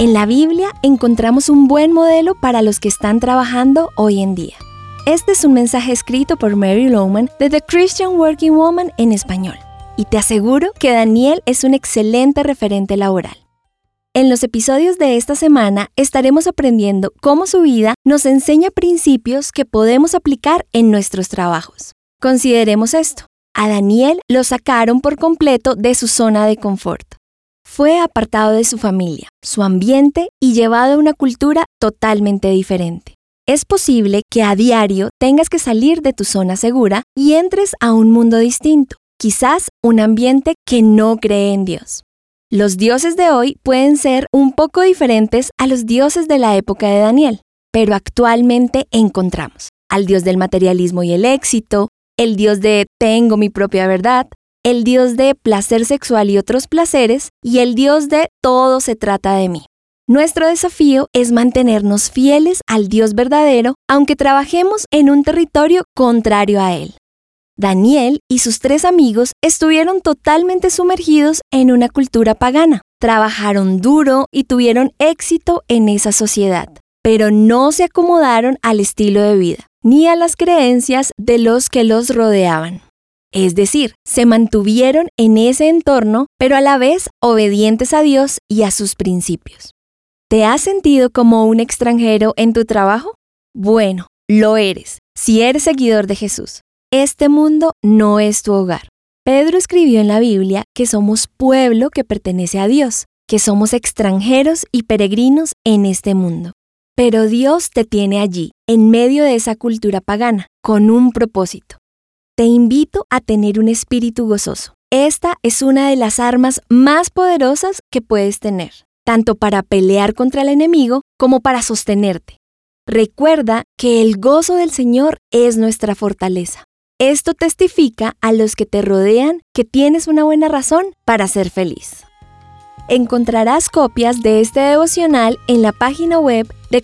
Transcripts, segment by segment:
En la Biblia encontramos un buen modelo para los que están trabajando hoy en día. Este es un mensaje escrito por Mary Lowman de The Christian Working Woman en español. Y te aseguro que Daniel es un excelente referente laboral. En los episodios de esta semana estaremos aprendiendo cómo su vida nos enseña principios que podemos aplicar en nuestros trabajos. Consideremos esto. A Daniel lo sacaron por completo de su zona de confort. Fue apartado de su familia, su ambiente y llevado a una cultura totalmente diferente. Es posible que a diario tengas que salir de tu zona segura y entres a un mundo distinto, quizás un ambiente que no cree en Dios. Los dioses de hoy pueden ser un poco diferentes a los dioses de la época de Daniel, pero actualmente encontramos al dios del materialismo y el éxito, el dios de tengo mi propia verdad, el dios de placer sexual y otros placeres, y el dios de todo se trata de mí. Nuestro desafío es mantenernos fieles al Dios verdadero, aunque trabajemos en un territorio contrario a Él. Daniel y sus 3 amigos estuvieron totalmente sumergidos en una cultura pagana. Trabajaron duro y tuvieron éxito en esa sociedad, pero no se acomodaron al estilo de vida, ni a las creencias de los que los rodeaban. Es decir, se mantuvieron en ese entorno, pero a la vez obedientes a Dios y a sus principios. ¿Te has sentido como un extranjero en tu trabajo? Bueno, lo eres, si eres seguidor de Jesús. Este mundo no es tu hogar. Pedro escribió en la Biblia que somos pueblo que pertenece a Dios, que somos extranjeros y peregrinos en este mundo. Pero Dios te tiene allí, en medio de esa cultura pagana, con un propósito. Te invito a tener un espíritu gozoso. Esta es una de las armas más poderosas que puedes tener, tanto para pelear contra el enemigo como para sostenerte. Recuerda que el gozo del Señor es nuestra fortaleza. Esto testifica a los que te rodean que tienes una buena razón para ser feliz. Encontrarás copias de este devocional en la página web de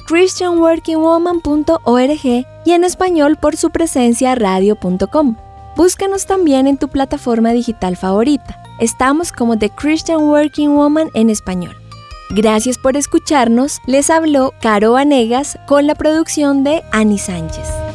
christianworkingwoman.org y en español por su presencia radio.com. Búscanos también en tu plataforma digital favorita. Estamos como The Christian Working Woman en español. Gracias por escucharnos. Les habló Caro Vanegas con la producción de Ani Sánchez.